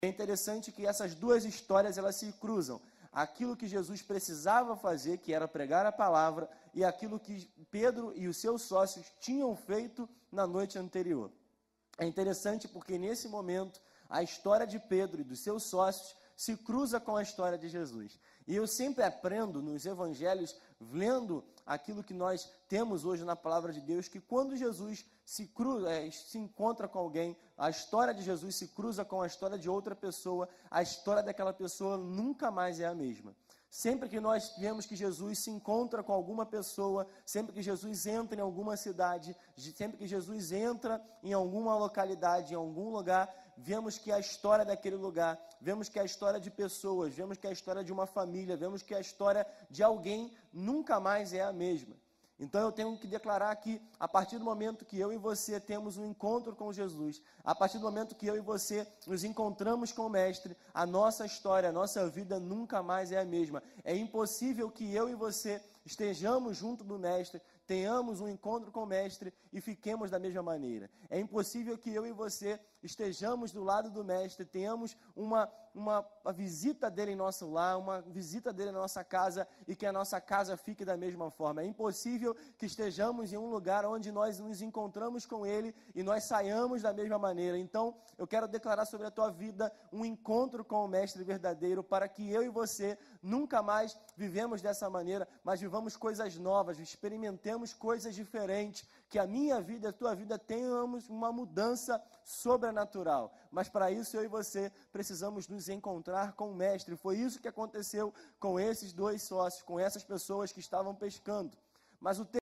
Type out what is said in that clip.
É interessante que essas duas histórias elas se cruzam. Aquilo que Jesus precisava fazer, que era pregar a palavra, e aquilo que Pedro e os seus sócios tinham feito na noite anterior. É interessante porque nesse momento a história de Pedro e dos seus sócios se cruza com a história de Jesus. E eu sempre aprendo nos evangelhos, lendo aquilo que nós temos hoje na palavra de Deus, que quando Jesus se encontra com alguém, a história de Jesus se cruza com a história de outra pessoa, a história daquela pessoa nunca mais é a mesma. Sempre que nós vemos que Jesus se encontra com alguma pessoa, sempre que Jesus entra em alguma cidade, sempre que Jesus entra em alguma localidade, em algum lugar, vemos que a história daquele lugar, vemos que a história de pessoas, vemos que a história de uma família, vemos que a história de alguém nunca mais é a mesma. Então eu tenho que declarar que a partir do momento que eu e você temos um encontro com Jesus, a partir do momento que eu e você nos encontramos com o Mestre, a nossa história, a nossa vida nunca mais é a mesma. É impossível que eu e você estejamos junto do Mestre, tenhamos um encontro com o Mestre e fiquemos da mesma maneira. É impossível que eu e você estejamos do lado do Mestre, tenhamos uma visita dele em nosso lar, uma visita dele na nossa casa e que a nossa casa fique da mesma forma. É impossível que estejamos em um lugar onde nós nos encontramos com ele e nós saiamos da mesma maneira. Então, eu quero declarar sobre a tua vida um encontro com o Mestre verdadeiro para que eu e você nunca mais vivemos dessa maneira, mas vivamos coisas novas, experimentemos coisas diferentes, que a minha vida e a tua vida tenhamos uma mudança sobrenatural. Mas para isso eu e você precisamos nos encontrar com o Mestre. Foi isso que aconteceu com esses dois sócios, com essas pessoas que estavam pescando. Mas o